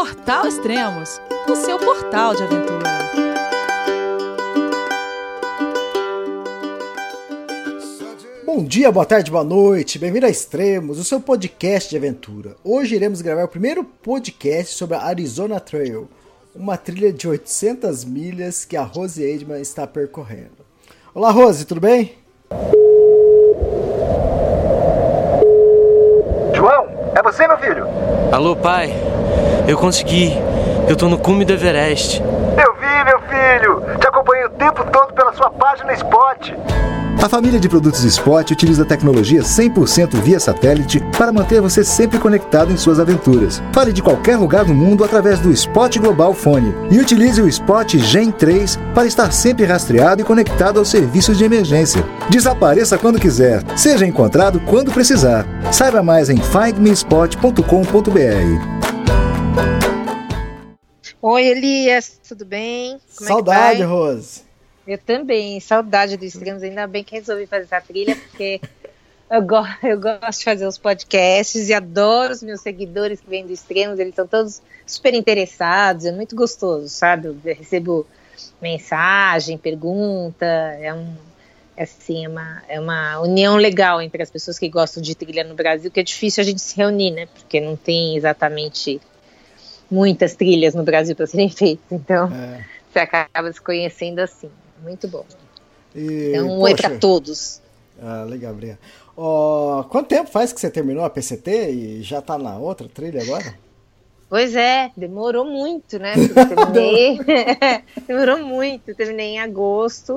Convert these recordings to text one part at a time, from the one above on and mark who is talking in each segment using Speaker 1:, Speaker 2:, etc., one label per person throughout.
Speaker 1: Portal Extremos, o seu portal de aventura.
Speaker 2: Bom dia, boa tarde, boa noite, bem-vindo a Extremos, o seu podcast de aventura. Hoje iremos gravar o primeiro podcast sobre a Arizona Trail, uma trilha de 800 milhas que a Rose Eidman está percorrendo. Olá, Rose, tudo bem?
Speaker 3: João, é você, meu filho?
Speaker 4: Alô, pai, eu consegui, eu tô no cume do Everest.
Speaker 3: Eu vi, meu filho, te acompanhei o tempo todo pela sua página Spot.
Speaker 5: A família de produtos Spot utiliza tecnologia 100% via satélite para manter você sempre conectado em suas aventuras. Fale de qualquer lugar do mundo através do Spot Global Fone e utilize o Spot Gen 3 para estar sempre rastreado e conectado aos serviços de emergência. Desapareça quando quiser, seja encontrado quando precisar. Saiba mais em findmespot.com.br.
Speaker 6: Oi, Elias, tudo bem?
Speaker 2: Como saudade, é Rose.
Speaker 6: Eu também, saudade do Extremos, ainda bem que resolvi fazer essa trilha, porque eu gosto de fazer os podcasts e adoro os meus seguidores que vêm do Extremos, eles estão todos super interessados, é muito gostoso, sabe? Eu recebo mensagem, pergunta, é uma união legal entre as pessoas que gostam de trilha no Brasil, que é difícil a gente se reunir, né? Porque não tem exatamente muitas trilhas no Brasil para serem feitas, então você acaba se conhecendo assim. Muito bom. Então, um oi para todos.
Speaker 2: Legal, obrigado. Quanto tempo faz que você terminou a PCT e já tá na outra trilha agora?
Speaker 6: Pois é, demorou muito, né? Terminei, demorou muito, terminei em agosto.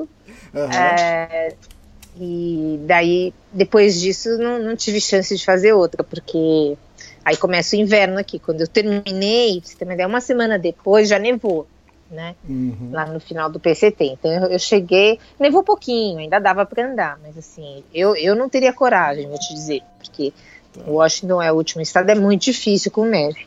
Speaker 6: E daí, depois disso, não tive chance de fazer outra, porque aí começa o inverno aqui. Quando eu terminei, você também uma semana depois, já nevou. Né? Lá no final do PCT, então eu cheguei, nevou pouquinho, ainda dava para andar, mas assim, eu não teria coragem, vou te dizer, porque Washington é o último estado, é muito difícil com neve,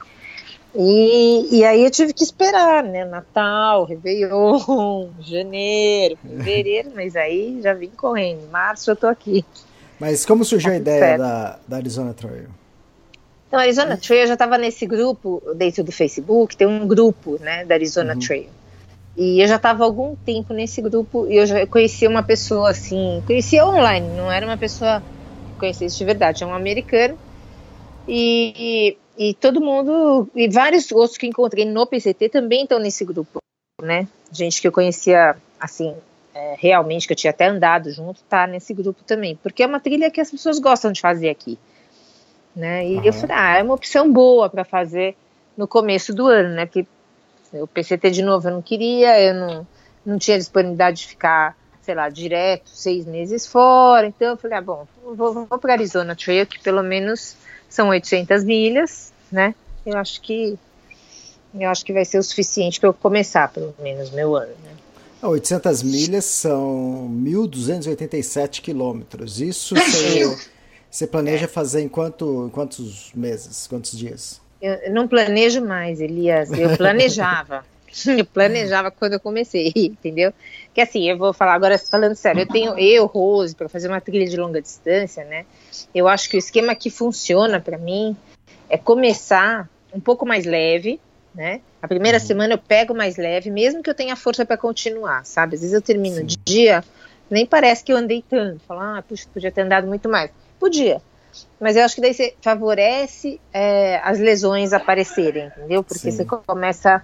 Speaker 6: e aí eu tive que esperar, né, Natal, Réveillon, janeiro, fevereiro, mas aí já vim correndo, em março eu tô aqui.
Speaker 2: Mas como surgiu a ideia da Arizona Trail?
Speaker 6: Então, a Arizona Trail, eu já estava nesse grupo, dentro do Facebook, tem um grupo, né, da Arizona Trail. E eu já estava há algum tempo nesse grupo e eu já conhecia uma pessoa, assim, conhecia online, não era uma pessoa que conhecesse de verdade, é um americano. E todo mundo, e vários outros que encontrei no PCT também estão nesse grupo, né, gente que eu conhecia, assim, realmente, que eu tinha até andado junto, tá nesse grupo também, porque é uma trilha que as pessoas gostam de fazer aqui. Né? E eu falei, é uma opção boa para fazer no começo do ano, né? Porque o PCT de novo eu não queria, eu não tinha disponibilidade de ficar, sei lá, direto 6 meses fora, então eu falei, bom, vou para Arizona Trail, que pelo menos são 800 milhas, né? Eu acho que vai ser o suficiente para eu começar, pelo menos, meu ano, né?
Speaker 2: 800 milhas são 1.287 quilômetros, isso você planeja fazer em quantos meses, quantos dias?
Speaker 6: Eu não planejo mais, Elias, eu planejava. Eu planejava quando eu comecei, entendeu? Que assim, eu vou falar agora, falando sério, Rose, para fazer uma trilha de longa distância, né? Eu acho que o esquema que funciona para mim é começar um pouco mais leve, né? A primeira semana eu pego mais leve, mesmo que eu tenha força para continuar, sabe? Às vezes eu termino de dia, nem parece que eu andei tanto. Falo, puxa, podia ter andado muito mais. Podia, mas eu acho que daí você favorece as lesões aparecerem, entendeu? Porque você começa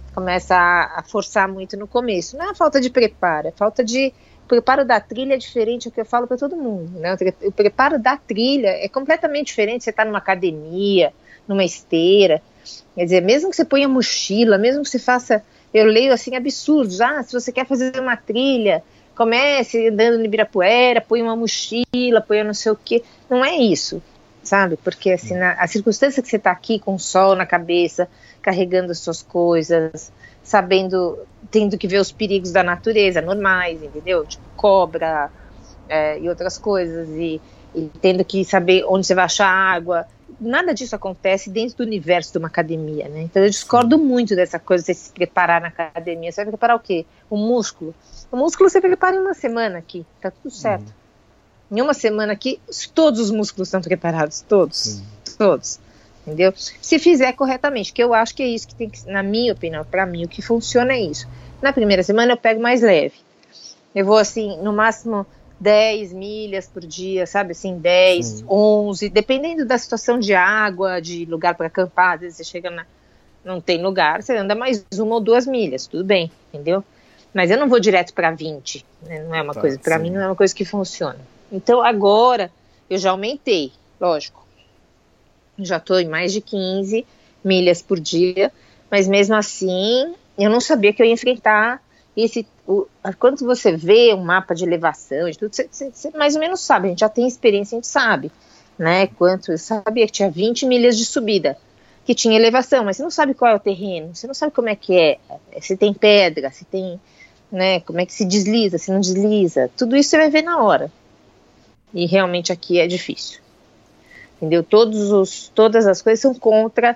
Speaker 6: a forçar muito no começo. Não é falta de preparo, é falta de... O preparo da trilha é diferente do que eu falo para todo mundo, né? O preparo da trilha é completamente diferente. Você está numa academia, numa esteira, quer dizer, mesmo que você ponha mochila, mesmo que você faça... Eu leio assim absurdos, se você quer fazer uma trilha... Comece andando no Ibirapuera, põe uma mochila, põe não sei o quê. Não é isso, sabe? Porque assim, a circunstância que você está aqui com o sol na cabeça, carregando as suas coisas, sabendo, tendo que ver os perigos da natureza normais, entendeu? Tipo cobra e outras coisas, e tendo que saber onde você vai achar água. Nada disso acontece dentro do universo de uma academia, né? Então eu discordo muito dessa coisa de você se preparar na academia. Você vai preparar o quê? O músculo. O músculo você prepara em uma semana aqui, tá tudo certo. Em uma semana aqui, todos os músculos estão preparados, todos. entendeu? Se fizer corretamente, que eu acho que é isso que tem que, na minha opinião, para mim, o que funciona é isso. Na primeira semana eu pego mais leve. Eu vou assim, no máximo 10 milhas por dia, sabe, assim, 10, Sim. 11, dependendo da situação de água, de lugar para acampar. Às vezes você chega não tem lugar, você anda mais 1 ou 2 milhas, tudo bem, entendeu? Mas eu não vou direto para 20, né? Não é uma coisa, para mim não é uma coisa que funciona. Então agora eu já aumentei, lógico, já estou em mais de 15 milhas por dia, mas mesmo assim eu não sabia que eu ia enfrentar quando você vê um mapa de elevação, de tudo, você mais ou menos sabe, a gente já tem experiência, a gente sabe, né, eu sabia que tinha 20 milhas de subida, que tinha elevação, mas você não sabe qual é o terreno, você não sabe como é que é, se tem pedra, se tem, né, como é que se desliza, se não desliza, tudo isso você vai ver na hora, e realmente aqui é difícil, entendeu, todas as coisas são contra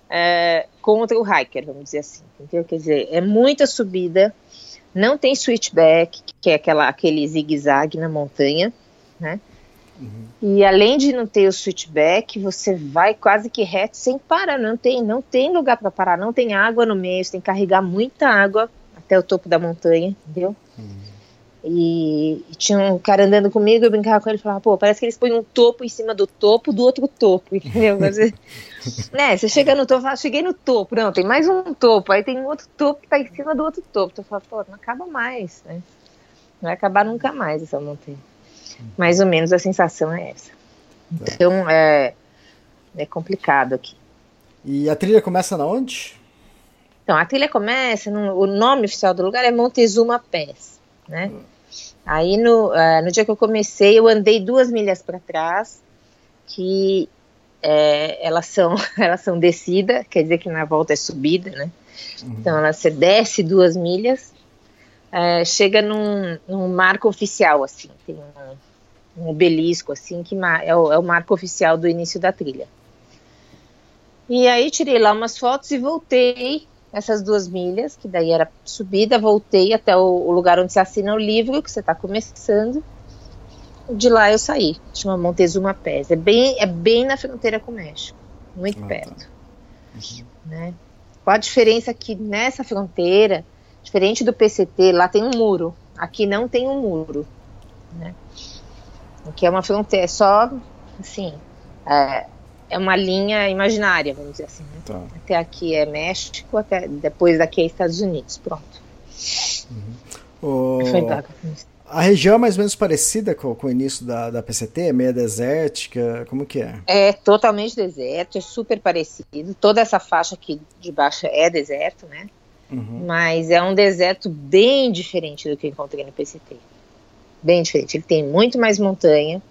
Speaker 6: o hiker, vamos dizer assim, entendeu, quer dizer, é muita subida, não tem switchback, que é aquele zigue-zague na montanha, né? Uhum. E além de não ter o switchback, você vai quase que reto sem parar, não tem lugar para parar, não tem água no meio, você tem que carregar muita água até o topo da montanha, entendeu? Uhum. E tinha um cara andando comigo, eu brincava com ele e falava, pô, parece que eles põem um topo em cima do topo do outro topo, entendeu? Você, né, você chega no topo, fala, cheguei no topo, não, tem mais um topo, aí tem um outro topo que tá em cima do outro topo, então eu falo, pô, não acaba mais, né? Não vai acabar nunca mais essa montanha. Mais ou menos a sensação é essa. Então é complicado aqui.
Speaker 2: E a trilha começa na onde?
Speaker 6: Então, a trilha começa, o nome oficial do lugar é Montezuma Pass, né? Aí no dia que eu comecei, eu andei 2 milhas para trás, que elas são descida, quer dizer que na volta é subida, né? Uhum. Então você desce 2 milhas, chega num marco oficial, assim, tem um obelisco, assim, que é o marco oficial do início da trilha. E aí tirei lá umas fotos e voltei essas 2 milhas, que daí era subida, voltei até o lugar onde se assina o livro, que você está começando. De lá eu saí, chama Montezuma Pass. É bem na fronteira com o México, muito perto. Uhum. Né? Qual a diferença que nessa fronteira, diferente do PCT, lá tem um muro, aqui não tem um muro, né? Aqui é uma fronteira, é só, assim, é uma linha imaginária, vamos dizer assim, né? Tá. Até aqui é México, até depois daqui é Estados Unidos, pronto.
Speaker 2: Uhum. A região é mais ou menos parecida com o início da PCT? É meio desértica? Como que é?
Speaker 6: É totalmente deserto, é super parecido. Toda essa faixa aqui de baixo é deserto, né? Uhum. Mas é um deserto bem diferente do que eu encontrei no PCT. Bem diferente. Ele tem muito mais montanha.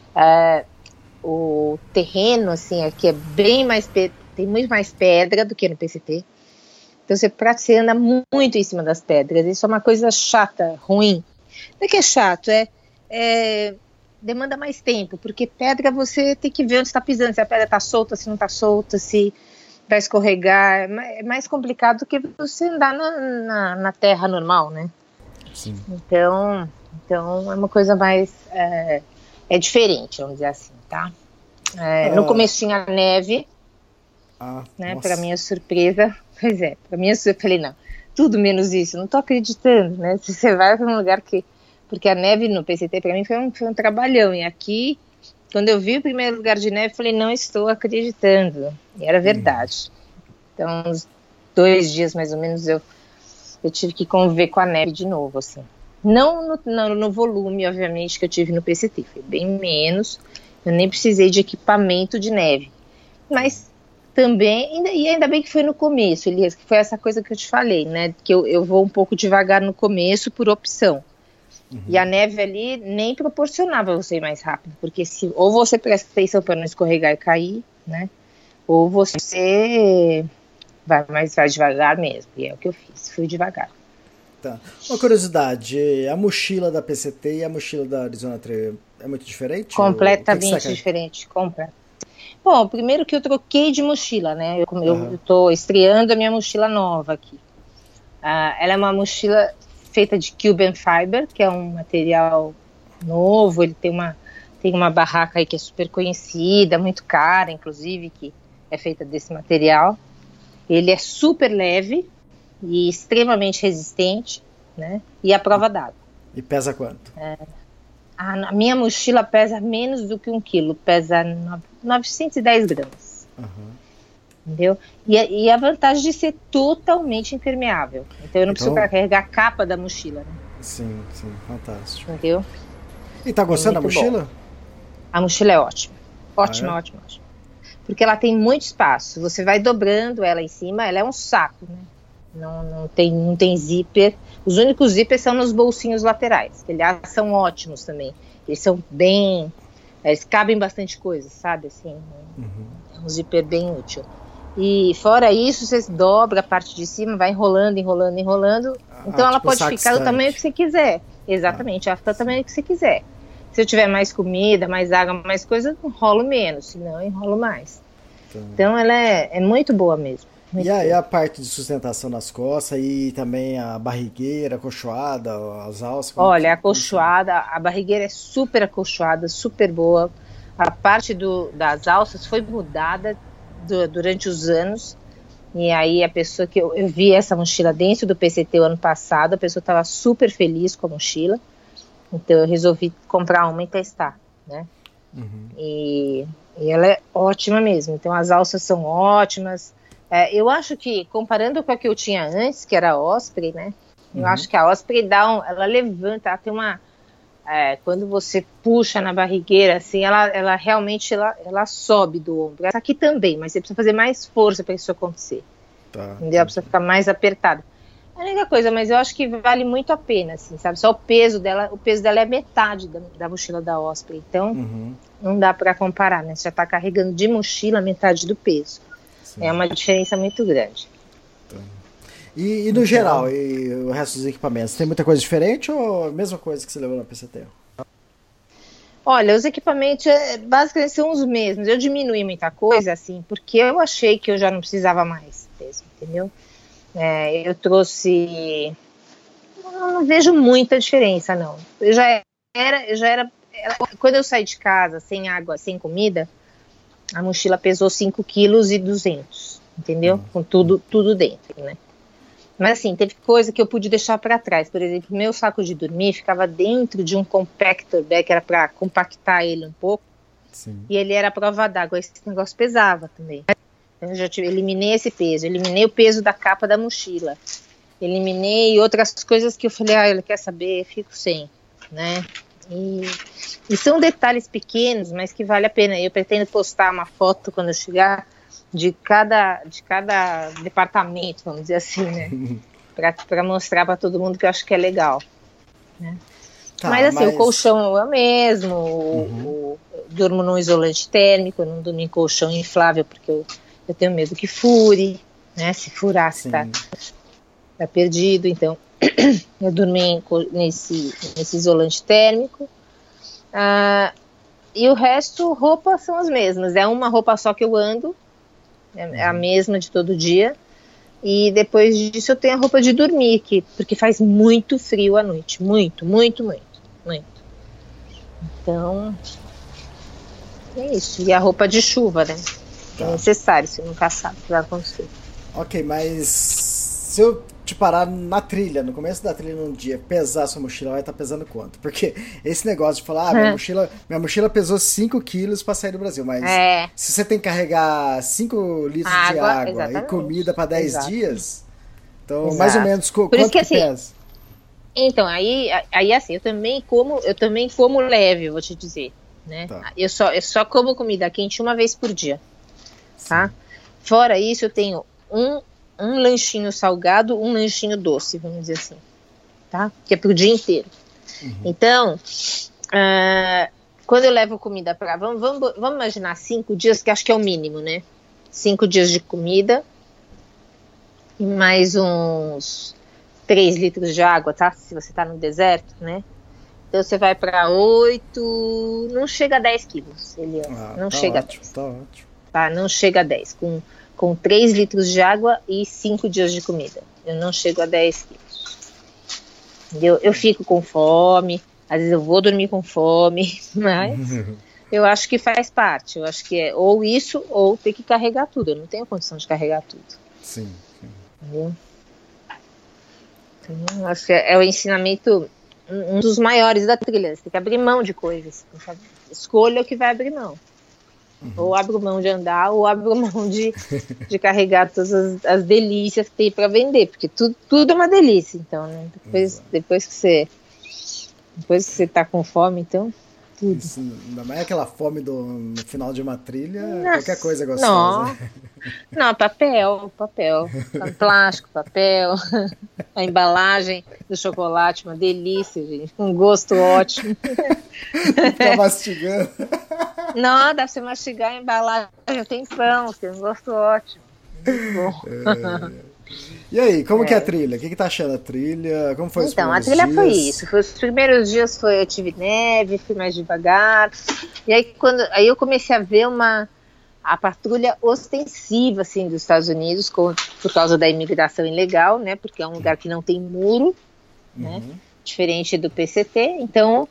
Speaker 6: O terreno, assim, aqui é bem mais... Tem muito mais pedra do que no PCT. Então você anda muito em cima das pedras. Isso é uma coisa chata, ruim. Não é que é chato, demanda mais tempo, porque pedra você tem que ver onde está pisando, se a pedra está solta, se não está solta, se vai escorregar, é mais complicado do que você andar na terra normal, né? Sim. Então é uma coisa mais, é diferente, vamos dizer assim, tá? No começo tinha neve, né, para minha surpresa, eu falei, não, tudo menos isso, não tô acreditando, né? Se você vai para um lugar porque a neve no PCT para mim foi um trabalhão, e aqui, quando eu vi o primeiro lugar de neve, falei, não estou acreditando, e era verdade. Então, uns 2 dias mais ou menos eu tive que conviver com a neve de novo, assim. Não no volume, obviamente, que eu tive no PCT, foi bem menos, eu nem precisei de equipamento de neve, mas também, ainda bem que foi no começo, Elias, que foi essa coisa que eu te falei, né, que eu vou um pouco devagar no começo por opção. Uhum. E a neve ali nem proporcionava você ir mais rápido, porque ou você presta atenção para não escorregar e cair, né, ou você vai devagar mesmo, e é o que eu fiz, fui devagar.
Speaker 2: Tá. Uma curiosidade, a mochila da PCT e a mochila da Arizona Trail é muito diferente?
Speaker 6: Completamente diferente, Bom, primeiro que eu troquei de mochila, né, eu estou estreando a minha mochila nova aqui. Ela é uma mochila feita de Cuban Fiber, que é um material novo, ele tem uma barraca aí que é super conhecida, muito cara, inclusive, que é feita desse material. Ele é super leve e extremamente resistente, né? E à prova d'água.
Speaker 2: E pesa quanto?
Speaker 6: A minha mochila pesa menos do que 1 quilo, pesa 910 gramas. Entendeu? E a vantagem de ser totalmente impermeável. Então eu não preciso carregar a capa da mochila, né?
Speaker 2: Sim, fantástico.
Speaker 6: Entendeu?
Speaker 2: E tá gostando da mochila?
Speaker 6: Bom. A mochila é ótima. Ótima. Porque ela tem muito espaço. Você vai dobrando ela em cima, ela é um saco, né? Não tem zíper. Os únicos zíperes são nos bolsinhos laterais, que aliás são ótimos também. Eles são bem... Eles cabem bastante coisa, sabe? Assim, é um zíper bem útil. E fora isso, você dobra a parte de cima, vai enrolando. Então ela pode ficar do tamanho que você quiser. Exatamente, ela fica do tamanho que você quiser. Se eu tiver mais comida, mais água, mais coisa, eu enrolo menos, senão eu enrolo mais. Então ela é muito boa mesmo.
Speaker 2: E aí a parte de sustentação nas costas e também a barrigueira, a acolchoada, as alças?
Speaker 6: Olha, a acolchoada, a barrigueira é super acolchoada, super boa. A parte das alças foi mudada durante os anos. E aí a pessoa que eu vi essa mochila dentro do PCT o ano passado, a pessoa estava super feliz com a mochila. Então eu resolvi comprar uma e testar, né? E ela é ótima mesmo. Então as alças são ótimas. Eu acho que, comparando com a que eu tinha antes, que era a Osprey, né? Eu acho que a Osprey ela levanta, ela tem uma... quando você puxa na barrigueira, assim, ela realmente ela sobe do ombro. Essa aqui também, mas você precisa fazer mais força para isso acontecer. Entendeu? Ela precisa ficar mais apertada. É a única coisa, mas eu acho que vale muito a pena, assim, sabe? Só o peso dela é metade da mochila da Osprey. Então, não dá para comparar, né? Você já está carregando de mochila metade do peso. Sim. É uma diferença muito grande.
Speaker 2: E no geral, e o resto dos equipamentos, tem muita coisa diferente ou a mesma coisa que você levou na PCT?
Speaker 6: Olha, os equipamentos basicamente são os mesmos. Eu diminui muita coisa, assim, porque eu achei que eu já não precisava mais mesmo, entendeu? Eu trouxe... Eu não vejo muita diferença, não. Eu já era... Quando eu saí de casa, sem água, sem comida, a mochila pesou 5,2 kg, entendeu? Com tudo dentro, né? Mas assim, teve coisa que eu pude deixar para trás. Por exemplo, meu saco de dormir ficava dentro de um compactor bag, que era para compactar ele um pouco. Sim. E ele era prova d'água. Esse negócio pesava também. Então, eu já eliminei esse peso. Eliminei o peso da capa da mochila. Eliminei outras coisas que eu falei, ele quer saber, fico sem, né? E são detalhes pequenos, mas que vale a pena. Eu pretendo postar uma foto quando eu chegar de cada departamento, vamos dizer assim, né? Para mostrar para todo mundo, que eu acho que é legal, né? Mas assim, o colchão é o mesmo, eu durmo num isolante térmico, eu não durmo em colchão inflável, porque eu tenho medo que fure, né? Se furar, você tá perdido. Então eu dormi nesse isolante térmico. E o resto, roupas são as mesmas. É uma roupa só que eu ando, é a mesma de todo dia. E depois disso eu tenho a roupa de dormir, porque faz muito frio à noite. Muito. Então, é isso. E a roupa de chuva, né? É necessário, você nunca sabe o que vai acontecer.
Speaker 2: Ok, mas se eu te parar na trilha, no começo da trilha num dia, pesar sua mochila, vai estar pesando quanto? Porque esse negócio de falar, minha mochila pesou 5 quilos para sair do Brasil, mas se você tem que carregar 5 litros de água e comida para 10 dias, então mais ou menos quanto que pesa?
Speaker 6: Então, aí assim, eu também como leve, eu vou te dizer, né? Tá. Eu só como comida quente uma vez por dia, tá? Fora isso, eu tenho um lanchinho salgado, um lanchinho doce, vamos dizer assim, tá? Que é pro dia inteiro. Então, quando eu levo comida para... Vamos imaginar 5 dias, que acho que é o mínimo, né? 5 dias de comida e mais uns 3 litros de água, tá? Se você tá no deserto, né? Então você vai para 8... Não chega a 10 quilos, Elias. Não chega a 10.
Speaker 2: Tá ótimo.
Speaker 6: Tá? Não chega a 10. Com 3 litros de água e 5 dias de comida. Eu não chego a 10 quilos. Entendeu? Eu fico com fome, às vezes eu vou dormir com fome, mas Eu acho que faz parte. Eu acho que é ou isso ou ter que carregar tudo. Eu não tenho condição de carregar tudo.
Speaker 2: Sim.
Speaker 6: Entendeu? Então, acho que é o ensinamento, um dos maiores da trilha. Você tem que abrir mão de coisas. Escolha o que vai abrir mão. Ou abro mão de andar, ou abro mão de carregar todas as delícias que tem para vender, porque tudo é uma delícia, então, né? Depois que você tá com fome, então, tudo.
Speaker 2: Isso, ainda mais aquela fome no final de uma trilha,
Speaker 6: Nossa,
Speaker 2: qualquer coisa é gostosa.
Speaker 6: Não, papel, plástico, papel, a embalagem do chocolate, uma delícia, gente, com gosto ótimo.
Speaker 2: Ficar mastigando.
Speaker 6: Não, dá pra você mastigar a embalagem o tempão, tem um gosto ótimo. Muito bom.
Speaker 2: E aí, como que é a trilha? O que tá achando a trilha? Como foi os primeiros dias?
Speaker 6: Então, a trilha foi isso. Os primeiros dias eu tive neve, fui mais devagar. E aí eu comecei a ver a patrulha ostensiva, assim, dos Estados Unidos, por causa da imigração ilegal, né? Porque é um lugar que não tem muro, né? Diferente do PCT. Então,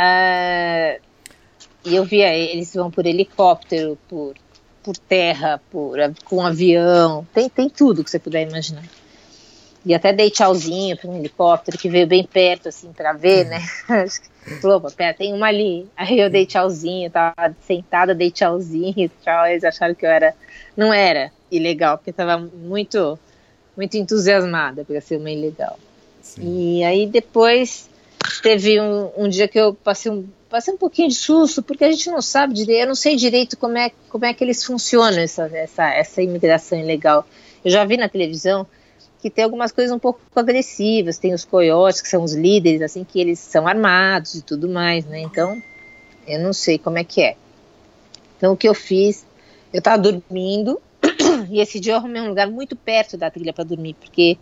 Speaker 6: e eu via, eles vão por helicóptero, por terra, com avião, tem tudo que você puder imaginar. E até dei tchauzinho para um helicóptero que veio bem perto, assim, para ver, né? Falou, pera, tem uma ali. Aí eu dei tchauzinho, tava sentada, dei tchauzinho, tchau. Eles acharam que não era ilegal, porque eu tava muito, muito entusiasmada para ser uma ilegal. Sim. E aí depois teve um dia que eu passei um pouquinho de susto, porque a gente não sabe direito, eu não sei direito como é que eles funcionam, essa imigração ilegal. Eu já vi na televisão que tem algumas coisas um pouco agressivas, tem os coiotes, que são os líderes, assim, que eles são armados e tudo mais, né? Então, eu não sei como é que é. Então, o que eu fiz, eu tava dormindo, e esse dia eu arrumei um lugar muito perto da trilha para dormir, porque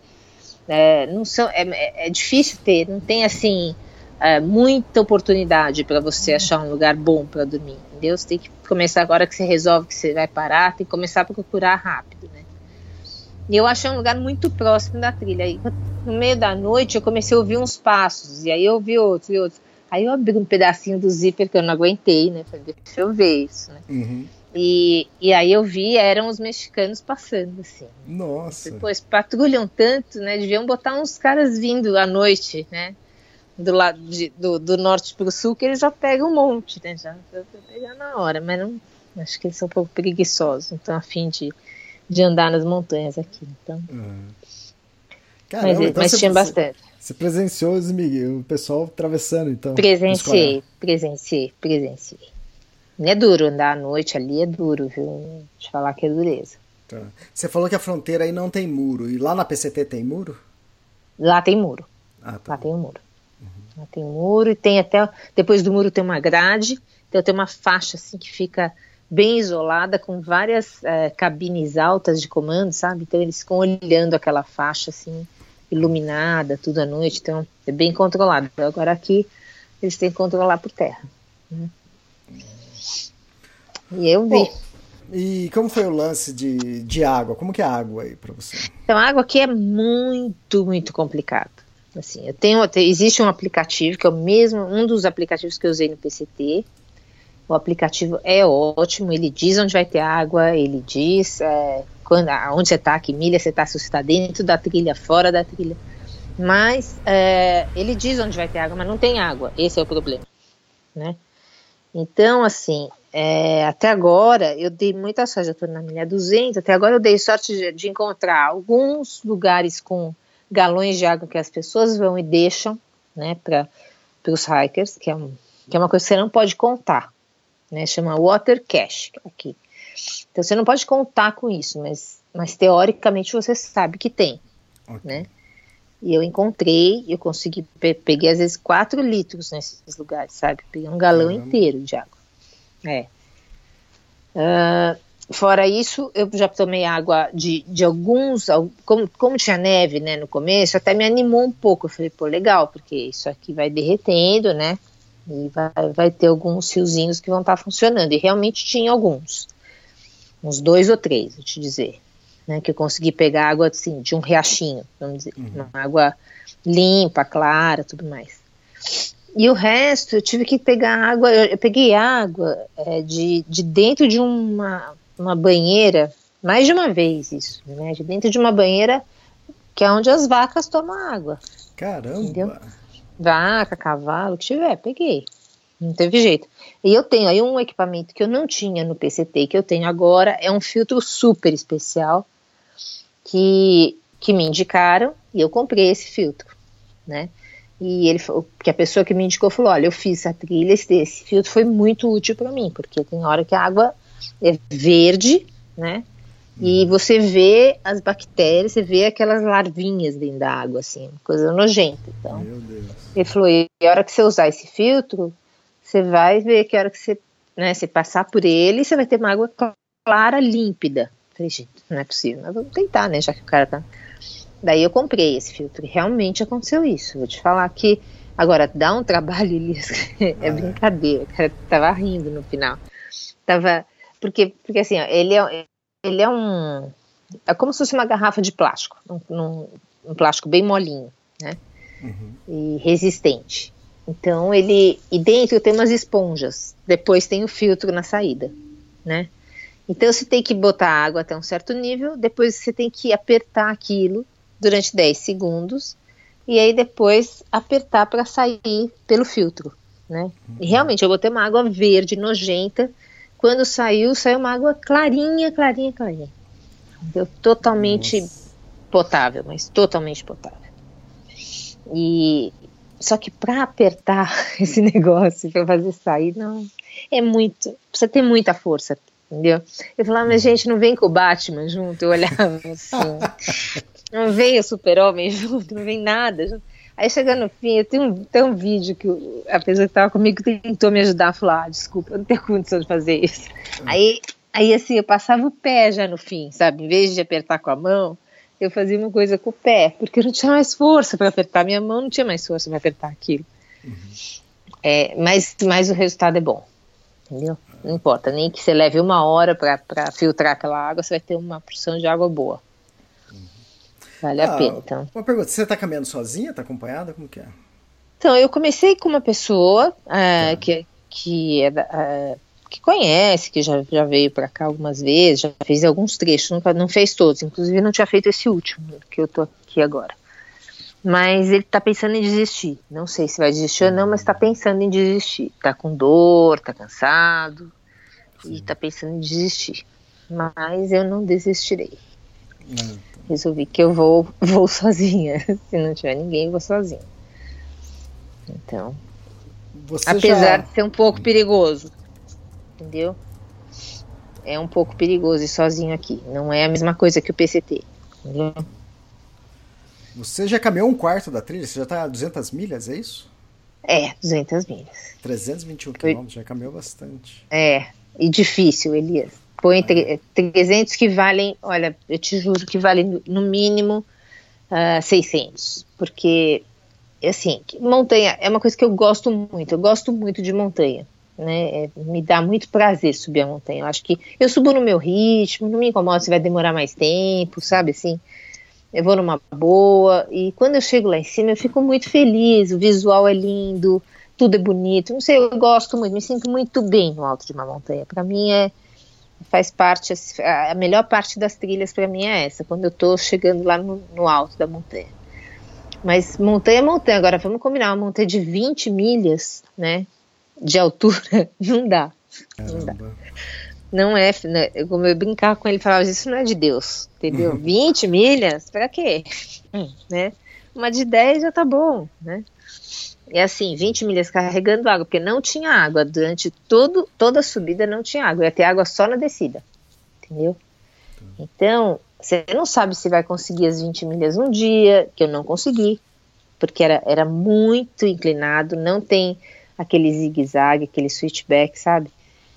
Speaker 6: é difícil não tem, assim, muita oportunidade para você achar um lugar bom para dormir, entendeu? Você tem que começar, agora que você resolve que você vai parar, tem que começar a procurar rápido, né? E eu achei um lugar muito próximo da trilha. Aí, no meio da noite, eu comecei a ouvir uns passos, e aí eu ouvi outros e outros. Aí eu abri um pedacinho do zíper que eu não aguentei, né? Falei, deixa eu ver isso, né?
Speaker 2: Uhum.
Speaker 6: E aí eu vi, eram os mexicanos passando, assim.
Speaker 2: Nossa!
Speaker 6: Depois patrulham tanto, né? Deviam botar uns caras vindo à noite, né? Do lado do norte para o sul, que eles já pegam um monte, né? Já pegar na hora, mas não, acho que eles são um pouco preguiçosos, então a fim de andar nas montanhas aqui, então.
Speaker 2: Caramba,
Speaker 6: mas tinha bastante.
Speaker 2: Você presenciou o pessoal atravessando, então?
Speaker 6: Presenciei. Não é duro andar à noite ali, é duro, viu? Deixa eu falar que é dureza.
Speaker 2: Tá. Você falou que a fronteira aí não tem muro, e lá na PCT tem muro?
Speaker 6: Lá tem muro.
Speaker 2: Tá.
Speaker 6: Lá tem um muro. Lá tem muro e tem até, depois do muro tem uma grade, então tem uma faixa assim que fica bem isolada, com várias cabines altas de comando, sabe? Então eles ficam olhando aquela faixa assim, iluminada, tudo à noite, então é bem controlado. Agora aqui eles têm que controlar por terra, né? E eu vi.
Speaker 2: Bom, e como foi o lance de água? Como que é a água aí pra você?
Speaker 6: Então a água aqui é muito, muito complicada. Assim, existe um aplicativo que é um dos aplicativos que eu usei no PCT. O aplicativo é ótimo, ele diz onde vai ter água, ele diz onde você está, que milha você está, se você está dentro da trilha, fora da trilha. Mas ele diz onde vai ter água, mas não tem água, esse é o problema, né? Então, assim, até agora eu dei muita sorte, eu estou na milha 200, até agora eu dei sorte de encontrar alguns lugares com galões de água que as pessoas vão e deixam, né, para os hikers, que é uma coisa que você não pode contar, né, chama water cache aqui. Então você não pode contar com isso, mas teoricamente você sabe que tem, okay, né? E eu eu consegui, peguei às vezes 4 litros nesses lugares, sabe? Peguei um galão inteiro de água. Fora isso, eu já tomei água de alguns, como tinha neve, né, no começo, até me animou um pouco. Eu falei, pô, legal, porque isso aqui vai derretendo, né, e vai ter alguns fiozinhos que vão estar funcionando. E realmente tinha alguns, uns 2 ou 3, vou te dizer, né, que eu consegui pegar água, assim, de um riachinho, vamos dizer, uma água limpa, clara, tudo mais. E o resto eu tive que pegar água, eu peguei água de dentro de uma banheira, mais de uma vez isso, né? De dentro de uma banheira que é onde as vacas tomam água.
Speaker 2: Caramba!
Speaker 6: Entendeu? Vaca, cavalo, o que tiver, peguei. Não teve jeito. E eu tenho aí um equipamento que eu não tinha no PCT, que eu tenho agora, é um filtro super especial que me indicaram e eu comprei esse filtro, né? E que a pessoa que me indicou falou, olha, eu fiz a trilha, esse filtro foi muito útil para mim, porque tem hora que a água é verde, né? E você vê as bactérias, você vê aquelas larvinhas dentro da água, assim, coisa nojenta. Então,
Speaker 2: Meu Deus.
Speaker 6: ele falou, e a hora que você usar esse filtro, você vai ver que a hora que você, né, você passar por ele, você vai ter uma água clara, límpida. Eu falei, gente, não é possível, mas vamos tentar, né, já que o cara tá... Daí eu comprei esse filtro e realmente aconteceu isso. Vou te falar que, agora, dá um trabalho, Elias, é brincadeira, o cara tava rindo no final. Porque assim, ó, ele é um... É como se fosse uma garrafa de plástico, um plástico bem molinho, né? E resistente. Então e dentro tem umas esponjas, depois tem o filtro na saída, né? Então você tem que botar água até um certo nível, depois você tem que apertar aquilo durante 10 segundos, e aí depois apertar para sair pelo filtro, né? E realmente eu botei uma água verde, nojenta, quando saiu uma água clarinha. Deu totalmente potável, mas totalmente potável. Só que para apertar esse negócio, para fazer sair, não, precisa ter muita força, entendeu? Eu falava, mas gente, não vem com o Batman junto, eu olhava assim, não vem o Super-Homem junto, não vem nada junto. Aí chegando no fim, tem um vídeo que a pessoa que estava comigo tentou me ajudar, falou, desculpa, eu não tenho condição de fazer isso. Aí assim, eu passava o pé já no fim, sabe? Em vez de apertar com a mão, eu fazia uma coisa com o pé, porque eu não tinha mais força para apertar, minha mão não tinha mais força para apertar aquilo. Mas o resultado é bom, entendeu? Não importa, nem que você leve 1 hora para filtrar aquela água, você vai ter uma porção de água boa. Vale a pena, então.
Speaker 2: Uma pergunta, você tá caminhando sozinha, tá acompanhada, como que é?
Speaker 6: Então, eu comecei com uma pessoa que conhece, que já veio para cá algumas vezes, já fez alguns trechos, não fez todos, inclusive não tinha feito esse último, que eu tô aqui agora. Mas ele tá pensando em desistir, não sei se vai desistir ou não, mas tá pensando em desistir, tá com dor, tá cansado, e tá pensando em desistir, mas eu não desistirei. Resolvi que eu vou sozinha, se não tiver ninguém, eu vou sozinha. Então, apesar de ser um pouco perigoso, entendeu? É um pouco perigoso ir sozinho aqui. Não é a mesma coisa que o PCT, entendeu?
Speaker 2: Você já caminhou 1/4 da trilha? Você já tá a 200 milhas, é isso?
Speaker 6: 200 milhas.
Speaker 2: 321 quilômetros, já caminhou bastante.
Speaker 6: E difícil, Elias. Põe 300 que valem, olha, eu te juro que valem no mínimo 600. Porque, assim, montanha é uma coisa que eu gosto muito de montanha. Né, me dá muito prazer subir a montanha. Eu acho que eu subo no meu ritmo, não me incomoda se vai demorar mais tempo, sabe assim, eu vou numa boa, e quando eu chego lá em cima eu fico muito feliz, o visual é lindo, tudo é bonito, não sei, eu gosto muito, me sinto muito bem no alto de uma montanha. Para mim faz parte, a melhor parte das trilhas para mim é essa, quando eu tô chegando lá no alto da montanha. Mas montanha é montanha. Agora vamos combinar, uma montanha de 20 milhas, né, de altura, não dá. Não é, como eu brincava com ele, falava, isso não é de Deus, entendeu? 20 milhas, pra quê? Né? Uma de 10 já tá bom, né? E assim, 20 milhas carregando água, porque não tinha água, durante toda a subida não tinha água, ia ter água só na descida, entendeu? Então, você não sabe se vai conseguir as 20 milhas um dia, que eu não consegui, porque era muito inclinado, não tem aquele zigue-zague, aquele switchback, sabe?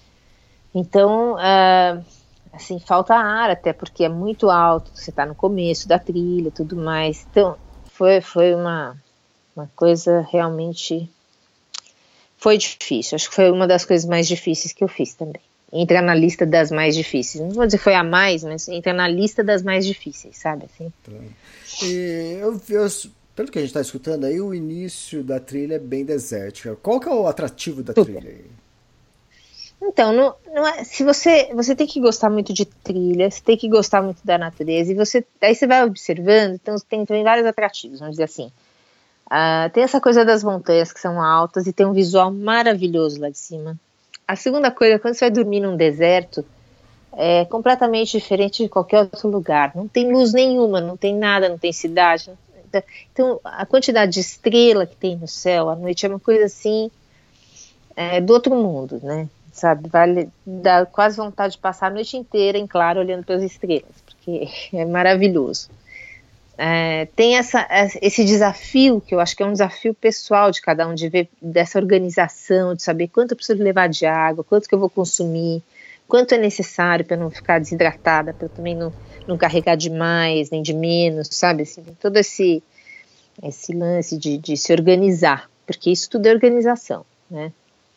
Speaker 6: Então, assim, falta ar, até porque é muito alto, você tá no começo da trilha e tudo mais. Então, foi uma coisa realmente... Foi difícil, acho que foi uma das coisas mais difíceis que eu fiz também. Entra na lista das mais difíceis. Não vou dizer foi a mais, mas entra na lista das mais difíceis, sabe? Assim.
Speaker 2: E Pelo que a gente está escutando aí, o início da trilha é bem desértica. Qual que é o atrativo da trilha aí?
Speaker 6: Então, não é, se você tem que gostar muito de trilha, você tem que gostar muito da natureza, e aí você vai observando, então tem vários atrativos, vamos dizer assim. Tem essa coisa das montanhas que são altas e tem um visual maravilhoso lá de cima. A segunda coisa, quando você vai dormir num deserto, é completamente diferente de qualquer outro lugar. Não tem luz nenhuma, não tem nada, não tem cidade. Então, a quantidade de estrela que tem no céu à noite é uma coisa assim, do outro mundo, né? Sabe, dá quase vontade de passar a noite inteira em claro olhando para as estrelas, porque é maravilhoso. Tem esse desafio, que eu acho que é um desafio pessoal de cada um, de ver dessa organização, de saber quanto eu preciso levar de água, quanto que eu vou consumir, quanto é necessário para não ficar desidratada, para eu também não carregar de mais, nem de menos, sabe? Assim, todo esse lance de se organizar, porque isso tudo é organização, né?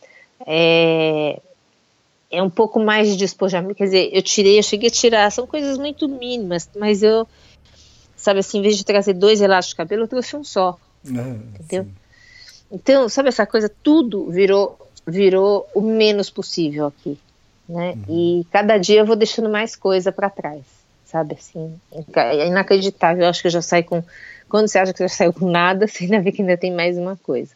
Speaker 6: É um pouco mais de despojamento, quer dizer, eu cheguei a tirar, são coisas muito mínimas, mas eu, sabe assim, em vez de trazer 2 elásticos de cabelo, eu trouxe um só, entendeu? Sim. Então, sabe essa coisa, tudo virou o menos possível aqui, né? E cada dia eu vou deixando mais coisa para trás, sabe assim, é inacreditável. Eu acho que eu já saio quando você acha que já saiu com nada, você ainda vê que ainda tem mais uma coisa.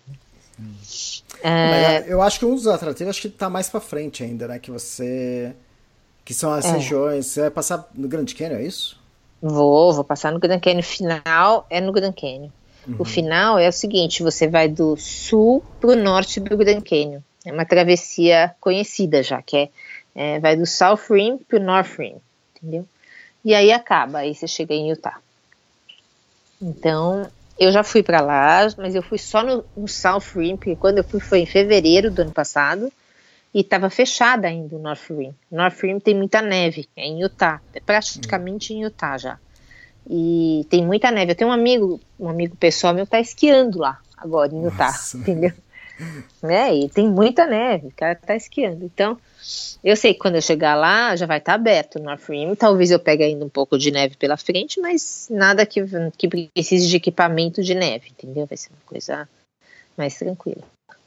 Speaker 2: Eu acho que um dos atrativos acho que tá mais pra frente ainda, né? Que são as regiões. Você vai passar no Grand Canyon, é isso?
Speaker 6: Vou passar no Grand Canyon. O final é no Grand Canyon. O final é o seguinte: você vai do sul pro norte do Grand Canyon. É uma travessia conhecida já, que vai do South Rim pro North Rim, entendeu? E aí acaba, aí você chega em Utah. Então, eu já fui para lá, mas eu fui só no South Rim, porque quando eu fui foi em fevereiro do ano passado, e estava fechada ainda o North Rim. O North Rim tem muita neve, é em Utah, é praticamente em Utah já. E tem muita neve. Eu tenho um amigo pessoal meu que tá esquiando lá, agora em Utah, entendeu? E tem muita neve, o cara tá esquiando. Então, eu sei que quando eu chegar lá, já vai estar aberto o North Rim. Talvez eu pegue ainda um pouco de neve pela frente, mas nada que precise de equipamento de neve, entendeu? Vai ser uma coisa mais tranquila.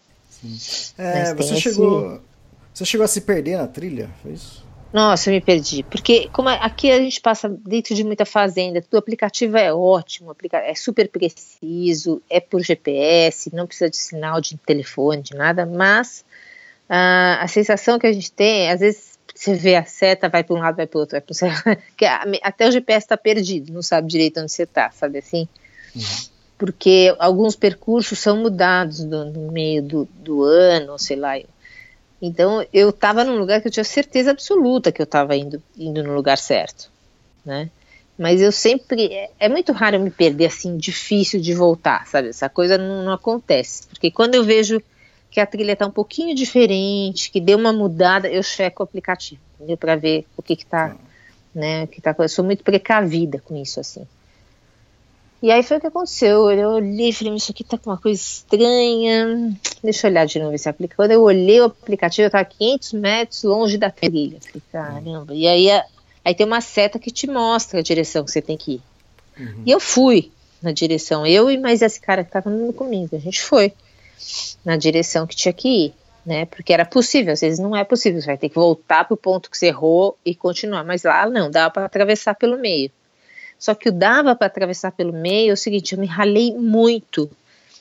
Speaker 2: Você chegou a se perder na trilha, foi isso?
Speaker 6: Nossa, eu me perdi, porque como aqui a gente passa dentro de muita fazenda, o aplicativo é ótimo, é super preciso, é por GPS, não precisa de sinal de telefone, de nada, mas a sensação que a gente tem, às vezes você vê a seta, vai para um lado, vai para o outro, até o GPS está perdido, não sabe direito onde você está, sabe assim? Porque alguns percursos são mudados no meio do ano, sei lá. Então, eu estava num lugar que eu tinha certeza absoluta que eu estava indo no lugar certo, né? Mas eu sempre... É muito raro eu me perder, assim, difícil de voltar, sabe? Essa coisa não acontece. Porque quando eu vejo que a trilha está um pouquinho diferente, que deu uma mudada, eu checo o aplicativo, entendeu? Para ver o que está, né? Eu sou muito precavida com isso, assim. E aí foi o que aconteceu, eu olhei e falei, isso aqui tá com uma coisa estranha, deixa eu olhar de novo esse aplicativo. Quando eu olhei o aplicativo, eu estava 500 metros longe da trilha, falei, caramba, e aí tem uma seta que te mostra a direção que você tem que ir. E eu fui na direção, eu e mais esse cara que estava andando comigo, a gente foi na direção que tinha que ir, né, porque era possível, às vezes não é possível, você vai ter que voltar pro ponto que você errou e continuar, mas lá não, dava para atravessar pelo meio. Só que o dava para atravessar pelo meio é o seguinte, eu me ralei muito.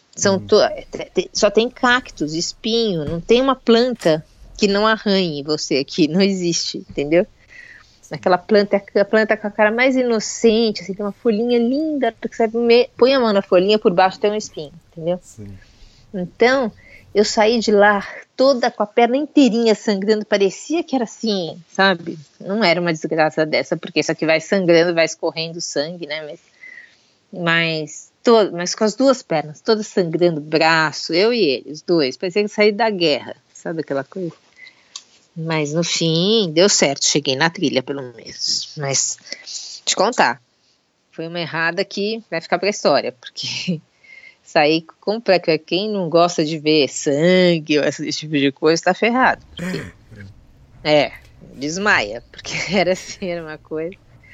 Speaker 6: Só tem cactos, espinho, não tem uma planta que não arranhe você aqui, não existe, entendeu? Aquela planta, a planta com a cara mais inocente, assim, tem uma folhinha linda, que você põe a mão na folhinha, por baixo tem um espinho, entendeu? Sim. Então, eu saí de lá toda com a perna inteirinha sangrando, parecia que era assim, sabe? Não era uma desgraça dessa, porque isso aqui vai sangrando, vai escorrendo sangue, né? Mas com as duas pernas, todas sangrando, braço, eu e ele, os dois, parecia que saí da guerra, sabe aquela coisa? Mas no fim, deu certo, cheguei na trilha pelo menos. Mas, te contar, foi uma errada que vai ficar pra história, porque... sair completo. Quem não gosta de ver sangue ou esse tipo de coisa tá ferrado. Porque, desmaia, porque era assim, era uma coisa.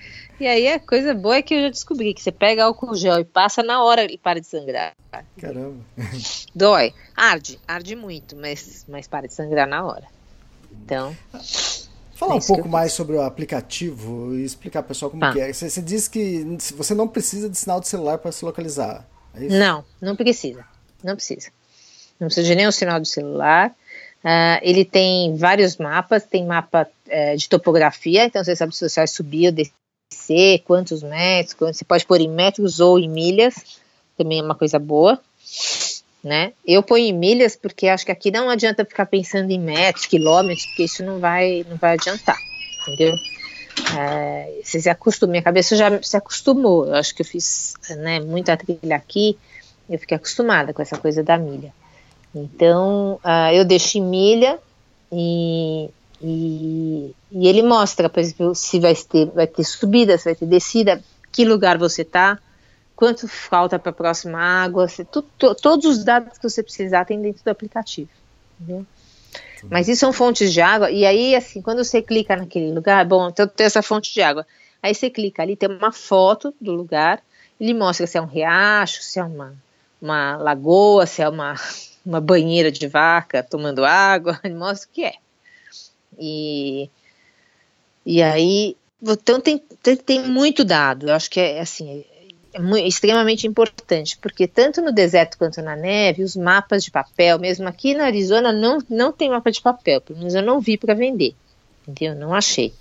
Speaker 6: E aí a coisa boa é que eu já descobri que você pega álcool gel e passa na hora e para de sangrar.
Speaker 2: Caramba.
Speaker 6: Dói, arde muito, mas para de sangrar na hora. Então...
Speaker 2: Falar um pouco mais sobre o aplicativo e explicar para o pessoal como que é. Você disse que você não precisa de sinal de celular para se localizar. É isso?
Speaker 6: Não precisa. Não precisa de nenhum sinal de celular. Ele tem vários mapas, tem mapa de topografia, então você sabe se você vai subir ou descer, quantos metros, você pode pôr em metros ou em milhas, também é uma coisa boa, né? Eu ponho em milhas porque acho que aqui não adianta ficar pensando em metros, quilômetros, porque isso não vai adiantar, entendeu? Você se acostuma, minha cabeça já se acostumou, eu acho que eu fiz, né, muita trilha aqui, eu fiquei acostumada com essa coisa da milha. Então, eu deixo em milha e ele mostra, por exemplo, se vai ter subida, se vai ter descida, que lugar você está, quanto falta para a próxima água, todos os dados que você precisar tem dentro do aplicativo, entendeu? Mas isso são fontes de água, e aí, assim, quando você clica naquele lugar, bom, então tem essa fonte de água, aí você clica ali, tem uma foto do lugar, ele mostra se é um riacho, se é uma lagoa, se é uma banheira de vaca tomando água, ele mostra o que é. E aí, então tem muito dado, eu acho que é assim, extremamente importante, porque tanto no deserto quanto na neve, os mapas de papel, mesmo aqui na Arizona, não tem mapa de papel, pelo menos eu não vi para vender, entendeu? Não achei.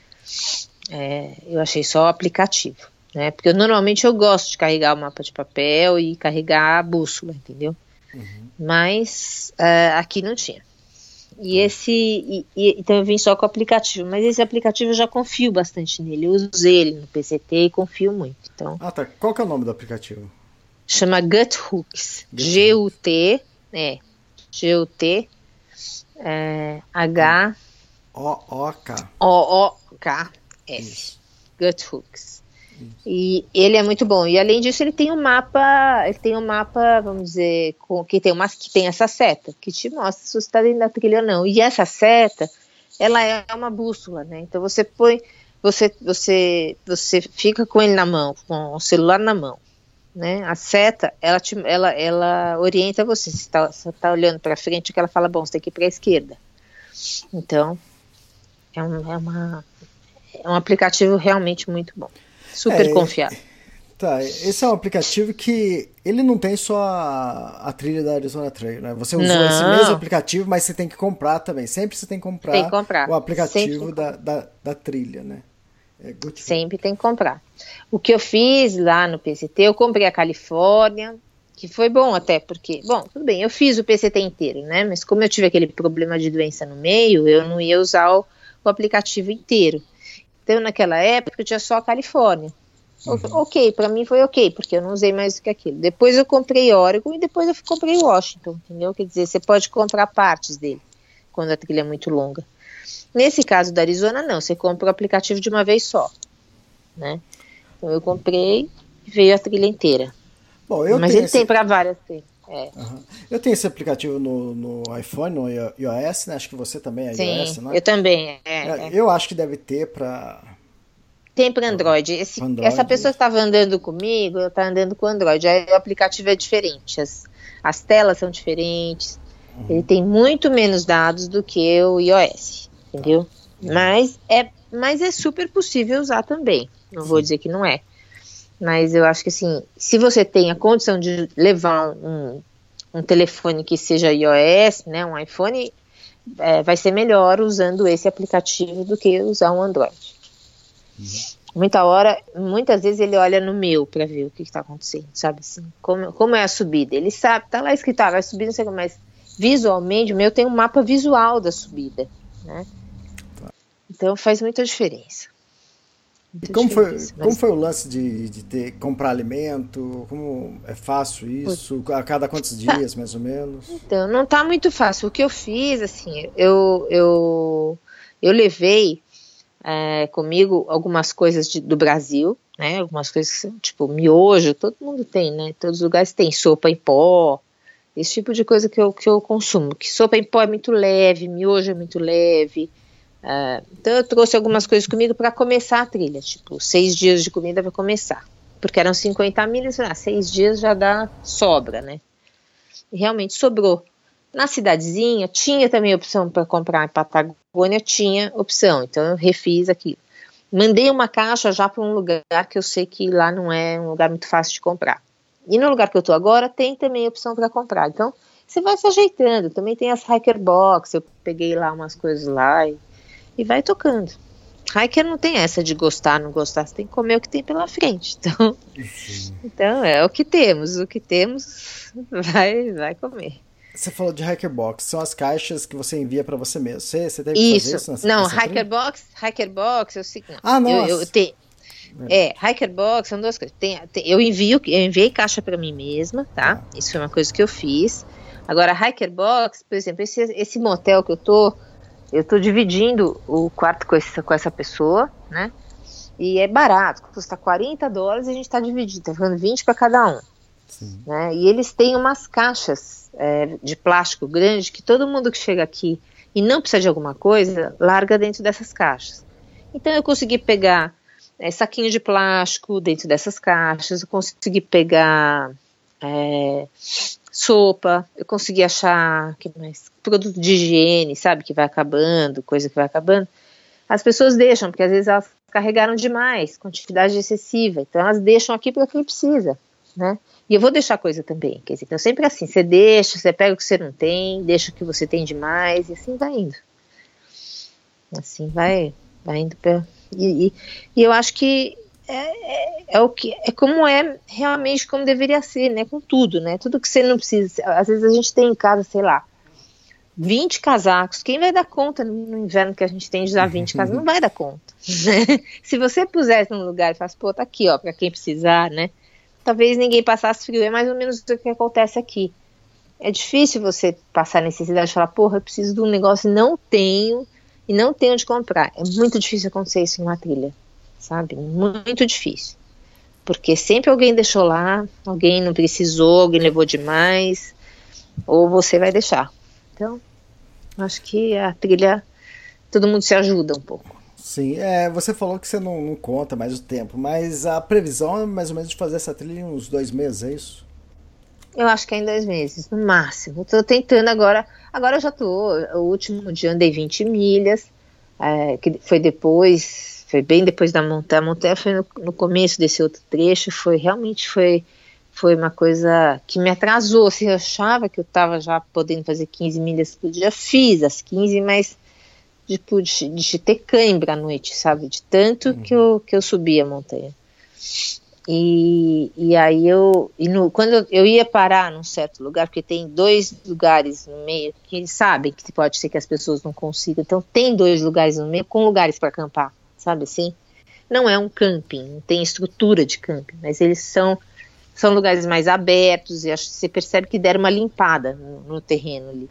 Speaker 6: Eu achei só o aplicativo, né? Porque normalmente eu gosto de carregar o mapa de papel e carregar a bússola, entendeu? Uhum. Mas aqui não tinha. Então eu vim só com o aplicativo, mas esse aplicativo eu já confio bastante nele, eu usei ele no PCT e confio muito. Então,
Speaker 2: tá. Qual que é o nome do aplicativo?
Speaker 6: Chama Guthooks. G-U-T G-U-T H O-O-K-S. Guthooks. E ele é muito bom. E além disso, ele tem um mapa, vamos dizer, que tem essa seta, que te mostra se você está dentro da trilha ou não. E essa seta, ela é uma bússola, né? Então você fica com ele na mão, com o celular na mão, né? A seta, ela orienta você. Se você tá olhando para frente, que ela fala, bom, você tem que ir para a esquerda. Então, é um aplicativo realmente muito bom. Super confiável.
Speaker 2: Tá, esse é um aplicativo que ele não tem só a trilha da Arizona Trail, né? Você usou esse mesmo aplicativo, mas você tem que comprar também. Sempre você tem que comprar o aplicativo da trilha, né?
Speaker 6: Sempre tem que comprar. O que eu fiz lá no PCT, eu comprei a Califórnia, que foi bom até, porque, bom, tudo bem, eu fiz o PCT inteiro, né? Mas como eu tive aquele problema de doença no meio, eu não ia usar o aplicativo inteiro. Então, naquela época, eu tinha só a Califórnia. Ok, para mim foi ok, porque eu não usei mais do que aquilo. Depois eu comprei Oregon e depois eu comprei Washington, entendeu? Quer dizer, você pode comprar partes dele, quando a trilha é muito longa. Nesse caso da Arizona, não, você compra o aplicativo de uma vez só, né? Então, eu comprei e veio a trilha inteira.
Speaker 2: Bom,
Speaker 6: mas ele tem para várias trilhas.
Speaker 2: Eu tenho esse aplicativo no iPhone, no iOS, né? Acho que você também é iOS, né?
Speaker 6: Eu também.
Speaker 2: Eu acho que deve ter para...
Speaker 6: Tem para Android. Essa pessoa que estava andando comigo, eu estava andando com Android. Aí o aplicativo é diferente. As telas são diferentes. Ele tem muito menos dados do que o iOS, entendeu? Mas é super possível usar também. Não vou dizer que não é. Mas eu acho que assim, se você tem a condição de levar um telefone que seja iOS, né, um iPhone, vai ser melhor usando esse aplicativo do que usar um Android. Muitas vezes ele olha no meu para ver o que está acontecendo, sabe assim, como é a subida. Ele sabe, tá lá escrito, vai subir, não sei como, mas visualmente o meu tem um mapa visual da subida, né? Então faz muita diferença.
Speaker 2: E como foi o lance de comprar alimento? Como é fácil isso? A cada quantos dias, mais ou menos?
Speaker 6: Então, não tá muito fácil. O que eu fiz, assim, eu levei comigo algumas coisas do Brasil, né? Algumas coisas, tipo miojo, todo mundo tem, né? Todos os lugares tem sopa em pó, esse tipo de coisa que eu consumo. Que sopa em pó é muito leve, miojo é muito leve, Então eu trouxe algumas coisas comigo para começar a trilha, tipo 6 dias de comida para começar, porque eram 50 milhas, 6 dias já dá sobra, né? E realmente sobrou. Na cidadezinha tinha também opção para comprar em Patagônia, tinha opção, então eu refiz aquilo. Mandei uma caixa já para um lugar que eu sei que lá não é um lugar muito fácil de comprar. E no lugar que eu estou agora tem também opção para comprar, então você vai se ajeitando. Também tem as hiker box, eu peguei lá umas coisas lá e vai tocando. Hiker não tem essa de gostar, não gostar, você tem que comer o que tem pela frente. Então é o que temos vai comer.
Speaker 2: Você falou de hiker box, são as caixas que você envia para você mesmo. Você teve que fazer isso?
Speaker 6: Não, hiker box, eu sei.
Speaker 2: Eu
Speaker 6: tenho. Hiker box são duas coisas. Eu enviei caixa para mim mesma, tá? Isso foi uma coisa que eu fiz. Agora, hiker box, por exemplo, esse motel que eu tô dividindo o quarto com essa pessoa, né? E é barato, custa $40 e a gente tá dividindo, tá ficando 20 para cada um. Né? E eles têm umas caixas de plástico grande que todo mundo que chega aqui e não precisa de alguma coisa, larga dentro dessas caixas. Então eu consegui pegar saquinho de plástico dentro dessas caixas, eu consegui pegar sopa, eu consegui achar produto de higiene, sabe, que vai acabando, coisa que vai acabando. As pessoas deixam, porque às vezes elas carregaram demais, quantidade excessiva, então elas deixam aqui porque quem precisa, né? E eu vou deixar coisa também, quer dizer, então sempre assim, você deixa, você pega o que você não tem, deixa o que você tem demais, e assim vai indo. Assim vai indo e eu acho que realmente como deveria ser, né, com tudo, né, tudo que você não precisa, às vezes a gente tem em casa, sei lá, 20 casacos, quem vai dar conta no inverno que a gente tem de usar 20 casacos? Não vai dar conta, né? Se você pusesse num lugar e falasse, pô, tá aqui, ó, pra quem precisar, né, talvez ninguém passasse frio, é mais ou menos o que acontece aqui. É difícil você passar necessidade de falar, porra, eu preciso de um negócio e não tenho onde comprar. É muito difícil acontecer isso em uma trilha, sabe? Muito difícil. Porque sempre alguém deixou lá, alguém não precisou, alguém levou demais, ou você vai deixar. Então, acho que a trilha, todo mundo se ajuda um pouco.
Speaker 2: Sim, você falou que você não conta mais o tempo, mas a previsão é mais ou menos de fazer essa trilha em uns 2 meses, é isso?
Speaker 6: Eu acho que é em 2 meses, no máximo. Estou tentando agora eu já estou, o último dia andei 20 milhas, que foi bem depois da montanha. A montanha foi no começo desse outro trecho, foi uma coisa que me atrasou, assim, eu achava que eu estava já podendo fazer 15 milhas por dia, fiz as 15, mas de ter cãibra à noite, sabe, de tanto que eu subi a montanha. E aí quando eu ia parar num certo lugar, porque tem 2 lugares no meio que eles sabem que pode ser que as pessoas não consigam, então tem 2 lugares no meio com lugares para acampar, sabe assim? Não é um camping, não tem estrutura de camping, mas eles são lugares mais abertos, e acho que você percebe que deram uma limpada no terreno ali.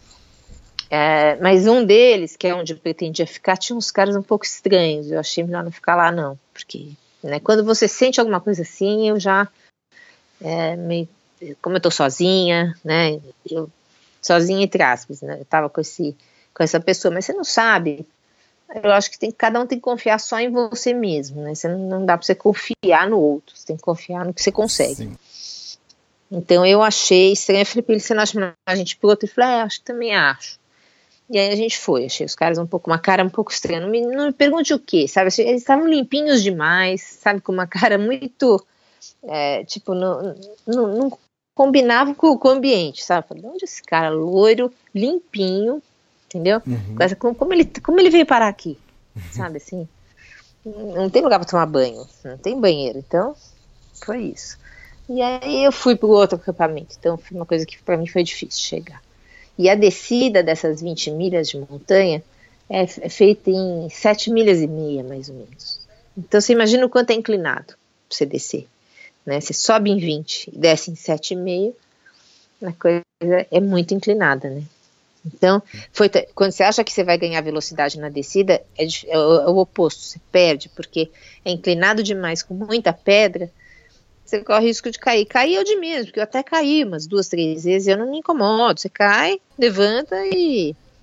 Speaker 6: Mas um deles, que é onde eu pretendia ficar, tinha uns caras um pouco estranhos, eu achei melhor não ficar lá não, porque, né, quando você sente alguma coisa assim, eu já, como eu tô sozinha, né, sozinha entre aspas, né, eu tava com essa pessoa, mas você não sabe, eu acho que cada um tem que confiar só em você mesmo, né, não dá pra você confiar no outro, você tem que confiar no que você consegue. Sim. Então eu achei estranho, eu falei pra ele, você não acha melhor a gente ir pro outro? Ele falou, acho que também acho. E aí a gente foi, achei os caras uma cara um pouco estranha, não me pergunte o que, sabe, eles estavam limpinhos demais, sabe, com uma cara muito, tipo, não combinava com o ambiente, sabe, falei, de onde esse cara loiro, limpinho, entendeu, como ele veio parar aqui, sabe, assim, não tem lugar para tomar banho, não tem banheiro, então, foi isso. E aí eu fui pro outro acampamento, então foi uma coisa que para mim foi difícil chegar. E a descida dessas 20 milhas de montanha é feita em 7,5 milhas, mais ou menos. Então, você imagina o quanto é inclinado para você descer, né? Você sobe em 20 e desce em 7,5, a coisa é muito inclinada, né? Então, quando você acha que você vai ganhar velocidade na descida, é o oposto, você perde, porque é inclinado demais, com muita pedra, você corre o risco de cair. Caí eu de mesmo, porque eu até caí umas 2, 3 vezes, eu não me incomodo. Você cai, levanta e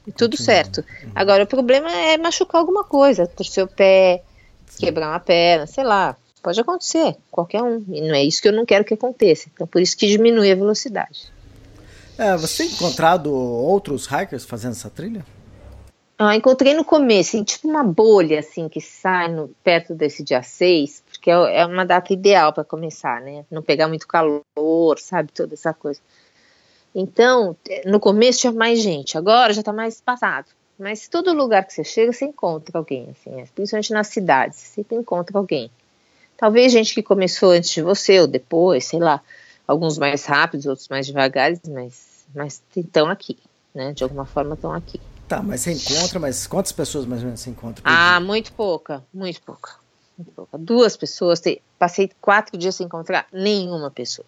Speaker 6: e tudo certo. Agora, o problema é machucar alguma coisa, torcer o pé, quebrar uma perna, sei lá, pode acontecer, qualquer um, e não é isso que eu não quero que aconteça, então por isso que diminui a velocidade.
Speaker 2: Você tem encontrado outros hikers fazendo essa trilha?
Speaker 6: Encontrei no começo, assim, tipo uma bolha assim, que sai perto desse dia 6, porque é uma data ideal para começar, né? Não pegar muito calor, sabe? Toda essa coisa. Então, no começo tinha mais gente, agora já está mais passado. Mas todo lugar que você chega, você encontra alguém, assim, principalmente nas cidades, você sempre encontra alguém. Talvez gente que começou antes de você ou depois, sei lá, alguns mais rápidos, outros mais devagares, mas estão aqui, né? De alguma forma estão aqui.
Speaker 2: Tá, mas você encontra, mas quantas pessoas mais ou menos você encontra?
Speaker 6: Muito pouca. 2 pessoas, passei 4 dias sem encontrar nenhuma pessoa.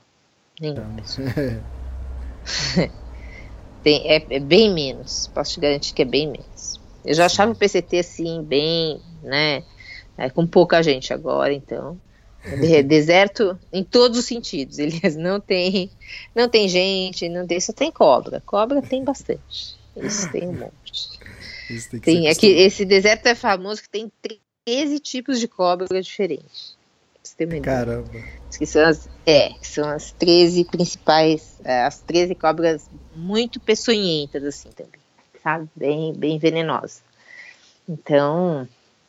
Speaker 6: É bem menos, posso te garantir que é bem menos. Eu já achava o PCT assim, bem, né, com pouca gente agora, então, deserto em todos os sentidos, eles não tem gente, só tem cobra tem bastante, isso tem um monte. Esse deserto é famoso que tem 13 tipos de cobra diferentes.
Speaker 2: Caramba.
Speaker 6: Que são as 13 principais, as 13 cobras muito peçonhentas, assim, também, sabe? Bem, bem venenosas. Então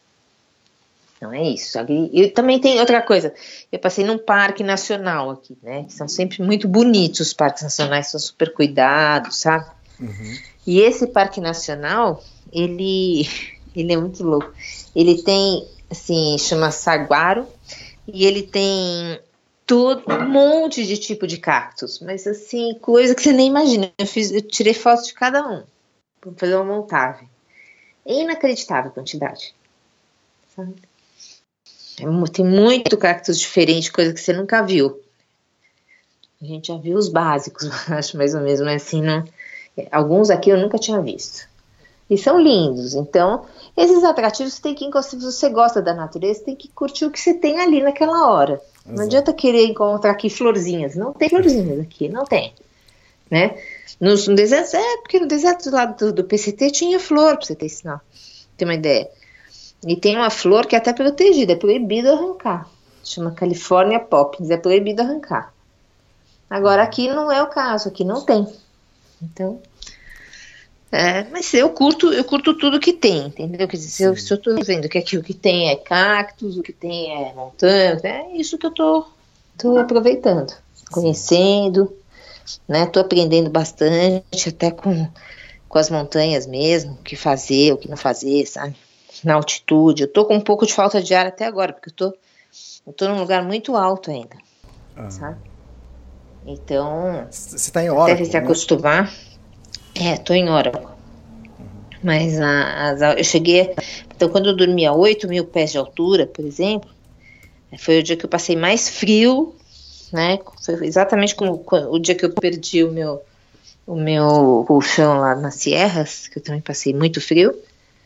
Speaker 6: é isso. E também tem outra coisa, eu passei num parque nacional aqui, né? Que são sempre muito bonitos, os parques nacionais são super cuidados, sabe?
Speaker 2: Uhum.
Speaker 6: E esse parque nacional, ele é muito louco. Ele tem, assim, chama Saguaro, e ele tem todo um monte de tipo de cactos, mas assim, coisa que você nem imagina. Eu tirei fotos de cada um para fazer uma montagem. É inacreditável a quantidade, sabe? Tem muito cactus diferente, coisa que você nunca viu. A gente já viu os básicos, acho, mais ou menos, mas assim, não, alguns aqui eu nunca tinha visto. E são lindos, então esses atrativos você tem que, se você gosta da natureza, você tem que curtir o que você tem ali naquela hora. Exato. Não adianta querer encontrar aqui florzinhas, não tem florzinhas aqui, não tem, né? No deserto, porque no deserto do lado do PCT tinha flor, pra você ter uma ideia. E tem uma flor que é até protegida, é proibido arrancar, chama California Poppins, é proibido arrancar. Agora aqui não é o caso, aqui não tem, então... mas eu curto tudo que tem, entendeu? Quer dizer, se eu tô vendo que aqui o que tem é cactos, o que tem é montanha, é isso que eu tô aproveitando, conhecendo, né? Tô aprendendo bastante, até com as montanhas mesmo, o que fazer, o que não fazer, sabe? Na altitude, eu tô com um pouco de falta de ar até agora, porque eu tô num lugar muito alto ainda, sabe? Então,
Speaker 2: você tá em Oracle,
Speaker 6: até se acostumar... tô em Oracle. Mas eu cheguei... Então, quando eu dormi a 8.000 pés de altura, por exemplo, foi o dia que eu passei mais frio, né? Foi exatamente como o dia que eu perdi o meu colchão lá nas Sierras, que eu também passei muito frio.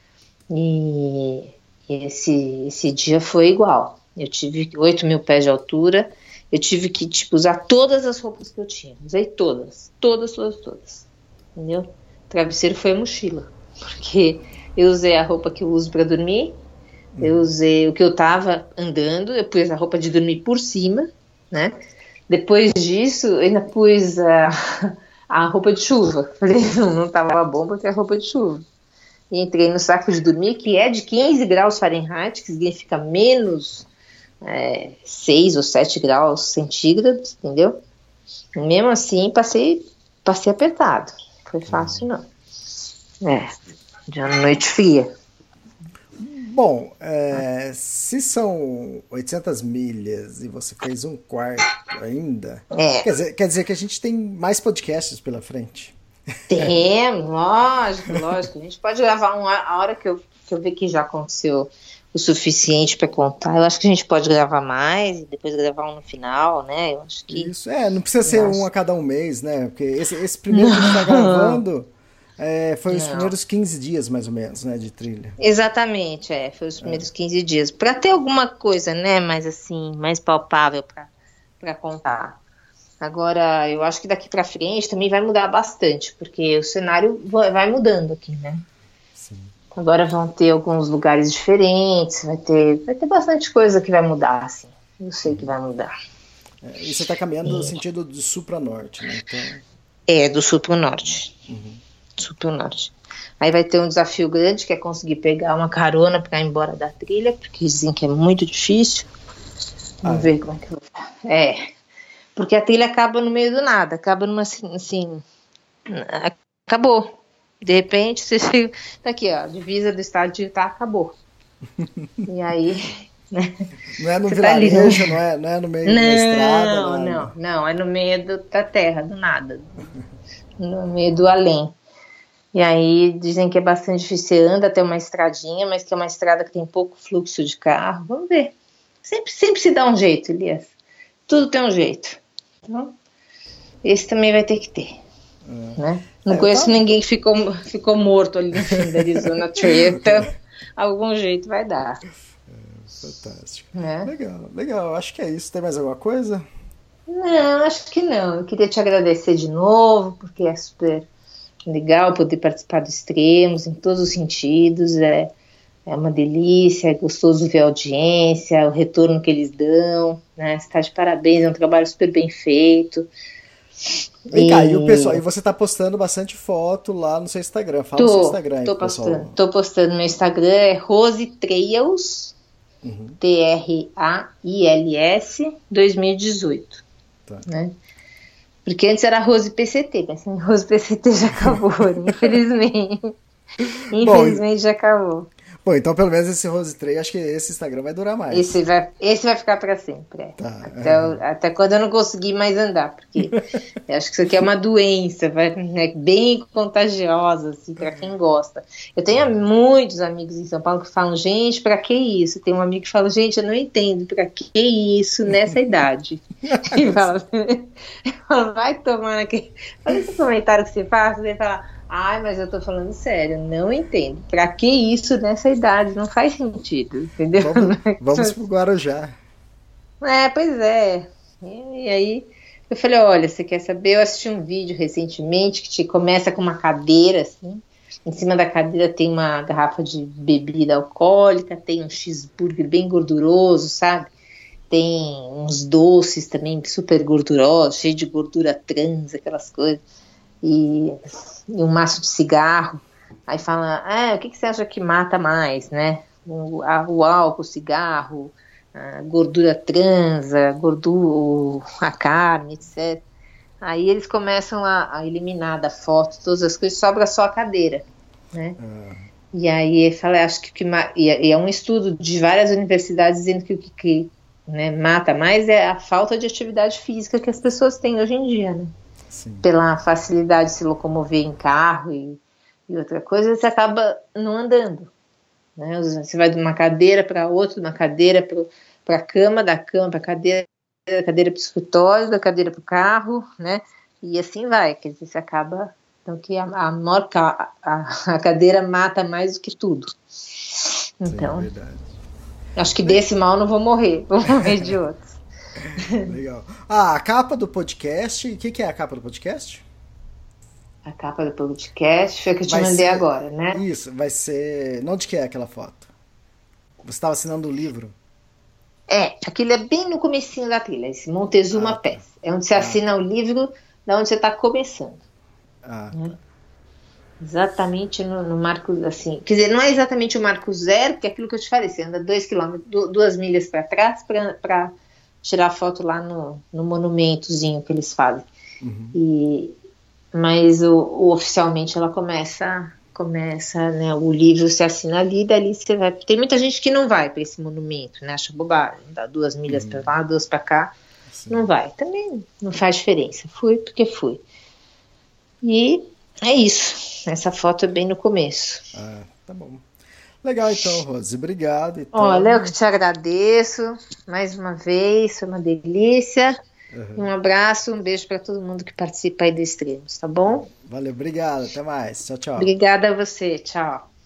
Speaker 6: E esse dia foi igual. Eu tive 8.000 pés de altura, eu tive que, usar todas as roupas que eu tinha. Usei todas. Entendeu? O travesseiro foi a mochila, porque eu usei a roupa que eu uso para dormir, eu usei o que eu tava andando, eu pus a roupa de dormir por cima, né? Depois disso, eu ainda pus a roupa de chuva. Falei, não tava bom porque é roupa de chuva. E entrei no saco de dormir, que é de 15 graus Fahrenheit, que significa menos 6 ou 7 graus centígrados, entendeu? E mesmo assim, passei apertado. Foi fácil, não. De uma noite fria.
Speaker 2: Bom, se são 800 milhas e você fez um quarto ainda, quer dizer que a gente tem mais podcasts pela frente.
Speaker 6: Temos, lógico. A gente pode gravar a hora que eu ver que já aconteceu o suficiente para contar. Eu acho que a gente pode gravar mais e depois gravar um no final, né? Eu acho que...
Speaker 2: Isso, não precisa ser um a cada um mês, né? Porque esse primeiro que a gente está gravando foi os primeiros 15 dias, mais ou menos, né? De trilha.
Speaker 6: Exatamente, foi os primeiros 15 dias. Para ter alguma coisa, né? Mais assim, mais palpável para contar. Agora, eu acho que daqui para frente também vai mudar bastante, porque o cenário vai mudando aqui, né?
Speaker 2: Sim.
Speaker 6: Agora vão ter alguns lugares diferentes, vai ter bastante coisa que vai mudar, assim. Eu sei que vai mudar.
Speaker 2: E você está caminhando no sentido do sul para norte, né? Então...
Speaker 6: Do sul para o norte. Sul para o norte. Aí vai ter um desafio grande, que é conseguir pegar uma carona para ir embora da trilha, porque dizem que é muito difícil. Vamos ver como é que eu vou ficar. Porque a trilha acaba no meio do nada, acaba numa assim, acabou. De repente, você chega, tá aqui, ó, a divisa do estado de Utah acabou. E aí... Né,
Speaker 2: não é no
Speaker 6: você
Speaker 2: vilarejo, não é no meio da estrada.
Speaker 6: Não, é no meio da terra, do nada. No meio do além. E aí dizem que é bastante difícil, você anda até uma estradinha, mas que é uma estrada que tem pouco fluxo de carro. Vamos ver. Sempre se dá um jeito, Elias. Tudo tem um jeito. Então, esse também vai ter que ter. Né? Não conheço ninguém que ficou morto ali no fim da Arizona Trail, então algum jeito vai dar.
Speaker 2: Fantástico.
Speaker 6: Né?
Speaker 2: Legal. Acho que é isso. Tem mais alguma coisa?
Speaker 6: Não, acho que não. Eu queria te agradecer de novo, porque é super legal poder participar do Extremos em todos os sentidos. É uma delícia, é gostoso ver a audiência, o retorno que eles dão, né? Você está de parabéns, é um trabalho super bem feito.
Speaker 2: Vem cá, e o pessoal, e você está postando bastante foto lá no seu Instagram. Fala no seu Instagram aí, pessoal.
Speaker 6: Tô postando no meu Instagram, é Rose Trails, TRAILS 2018. Tá. Né? Porque antes era Rose PCT, mas Rose PCT já acabou, infelizmente. Infelizmente já acabou.
Speaker 2: Bom, então pelo menos esse Rose Trail, acho que esse Instagram vai durar mais.
Speaker 6: Esse vai ficar para sempre. Tá. Até quando eu não conseguir mais andar, porque eu acho que isso aqui é uma doença, é bem contagiosa, assim, para quem gosta. Eu tenho muitos amigos em São Paulo que falam, gente, para que isso? Tem um amigo que fala, gente, eu não entendo, para que isso nessa idade? E fala, vai tomar naquele... Olha esse comentário que você faz, você fala... Ai, mas eu tô falando sério, não entendo. Pra que isso nessa idade? Não faz sentido, entendeu?
Speaker 2: Vamos pro Guarujá.
Speaker 6: Pois é. E aí, eu falei, olha, você quer saber? Eu assisti um vídeo recentemente que começa com uma cadeira, assim. Em cima da cadeira tem uma garrafa de bebida alcoólica, tem um cheeseburger bem gorduroso, sabe? Tem uns doces também super gordurosos, cheio de gordura trans, aquelas coisas. E um maço de cigarro. Aí fala, o que você acha que mata mais, né? O álcool, o cigarro, a gordura trans, a carne, etc. Aí eles começam a eliminar da foto todas as coisas, sobra só a cadeira, né? E aí ele fala, acho que e é um estudo de várias universidades dizendo que o que né, mata mais é a falta de atividade física que as pessoas têm hoje em dia, né? Sim. Pela facilidade de se locomover em carro e outra coisa, você acaba não andando, né? Você vai de uma cadeira para outra, de uma cadeira para a cama, da cama para a cadeira, da cadeira para o escritório, da cadeira para o carro, né? E assim vai, quer dizer, você acaba... Então, que a cadeira mata mais do que tudo. Então, sim, acho que desse mal não vou morrer de outro.
Speaker 2: Legal. A capa do podcast, o que é a capa do podcast?
Speaker 6: A capa do podcast foi a que eu te mandei agora, né?
Speaker 2: Isso, vai ser... Onde que é aquela foto? Você estava assinando o livro?
Speaker 6: Aquilo é bem no comecinho da trilha, esse Montezuma Pass. É onde você assina o livro, da onde você está começando. Tá. Exatamente no marco, assim... Quer dizer, não é exatamente o marco zero, porque é aquilo que eu te falei, você anda 2 km, 2 milhas para trás para tirar foto lá no monumentozinho que eles fazem. Mas oficialmente ela começa, né, o livro se assina ali, dali você vai... Tem muita gente que não vai para esse monumento, né, acha bobagem, dá 2 milhas para lá, 2 para cá, sim. Não vai, também não faz diferença, fui porque fui. E é isso, essa foto é bem no começo.
Speaker 2: Tá bom. Legal, então, Rose, obrigado. Então...
Speaker 6: Olha, eu que te agradeço mais uma vez, foi uma delícia. Um abraço, um beijo para todo mundo que participa aí do Extremos, tá bom?
Speaker 2: Valeu, obrigado, até mais. Tchau, tchau.
Speaker 6: Obrigada a você, tchau.